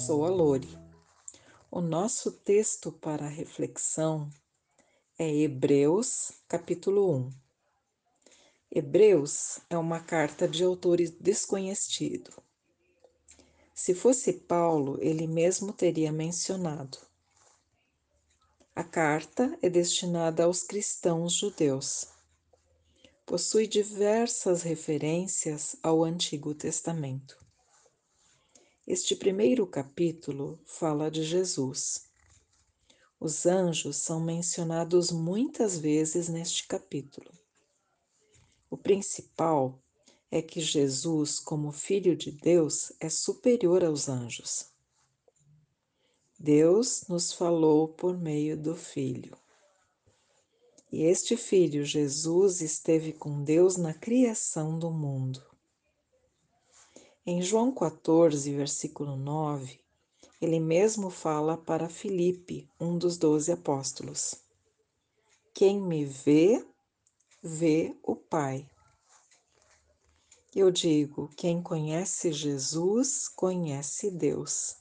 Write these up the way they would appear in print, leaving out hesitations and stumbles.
sou a Lore. O nosso texto para reflexão é Hebreus, capítulo 1. Hebreus é uma carta de autor desconhecido. Se fosse Paulo, ele mesmo teria mencionado. A carta é destinada aos cristãos judeus. Possui diversas referências ao Antigo Testamento. Este primeiro capítulo fala de Jesus. Os anjos são mencionados muitas vezes neste capítulo. O principal é que Jesus, como Filho de Deus, é superior aos anjos. Deus nos falou por meio do Filho. E este Filho, Jesus, esteve com Deus na criação do mundo. Em João 14, versículo 9, ele mesmo fala para Filipe, um dos 12 apóstolos: Quem me vê, vê o Pai. Eu digo, quem conhece Jesus, conhece Deus.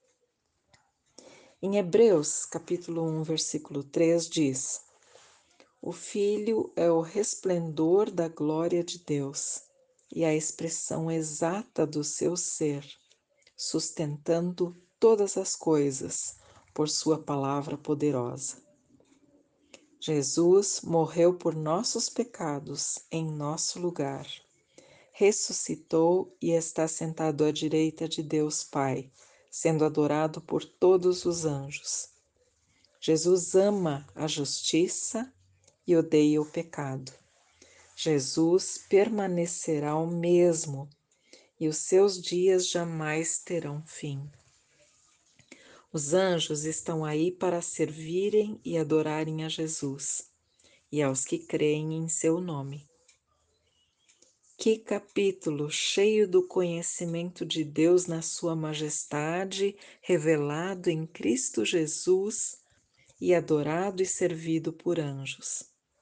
Em Hebreus, capítulo 1, versículo 3, diz: O Filho é o resplendor da glória de Deus e a expressão exata do seu ser, sustentando todas as coisas por sua palavra poderosa. Jesus morreu por nossos pecados em nosso lugar. Ressuscitou e está sentado à direita de Deus Pai, sendo adorado por todos os anjos. Jesus ama a justiça e odeia o pecado. Jesus permanecerá o mesmo e os seus dias jamais terão fim. Os anjos estão aí para servirem e adorarem a Jesus e aos que creem em seu nome. Que capítulo cheio do conhecimento de Deus na sua majestade, revelado em Cristo Jesus e adorado e servido por anjos.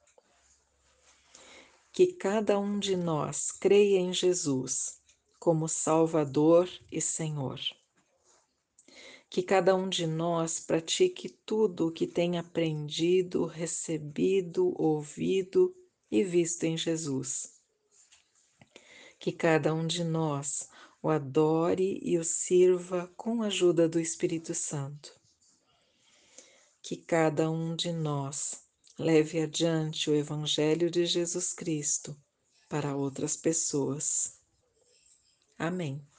Que cada um de nós creia em Jesus como Salvador e Senhor. Que cada um de nós pratique tudo o que tem aprendido, recebido, ouvido e visto em Jesus. Que cada um de nós o adore e o sirva com a ajuda do Espírito Santo. Que cada um de nós leve adiante o Evangelho de Jesus Cristo para outras pessoas. Amém.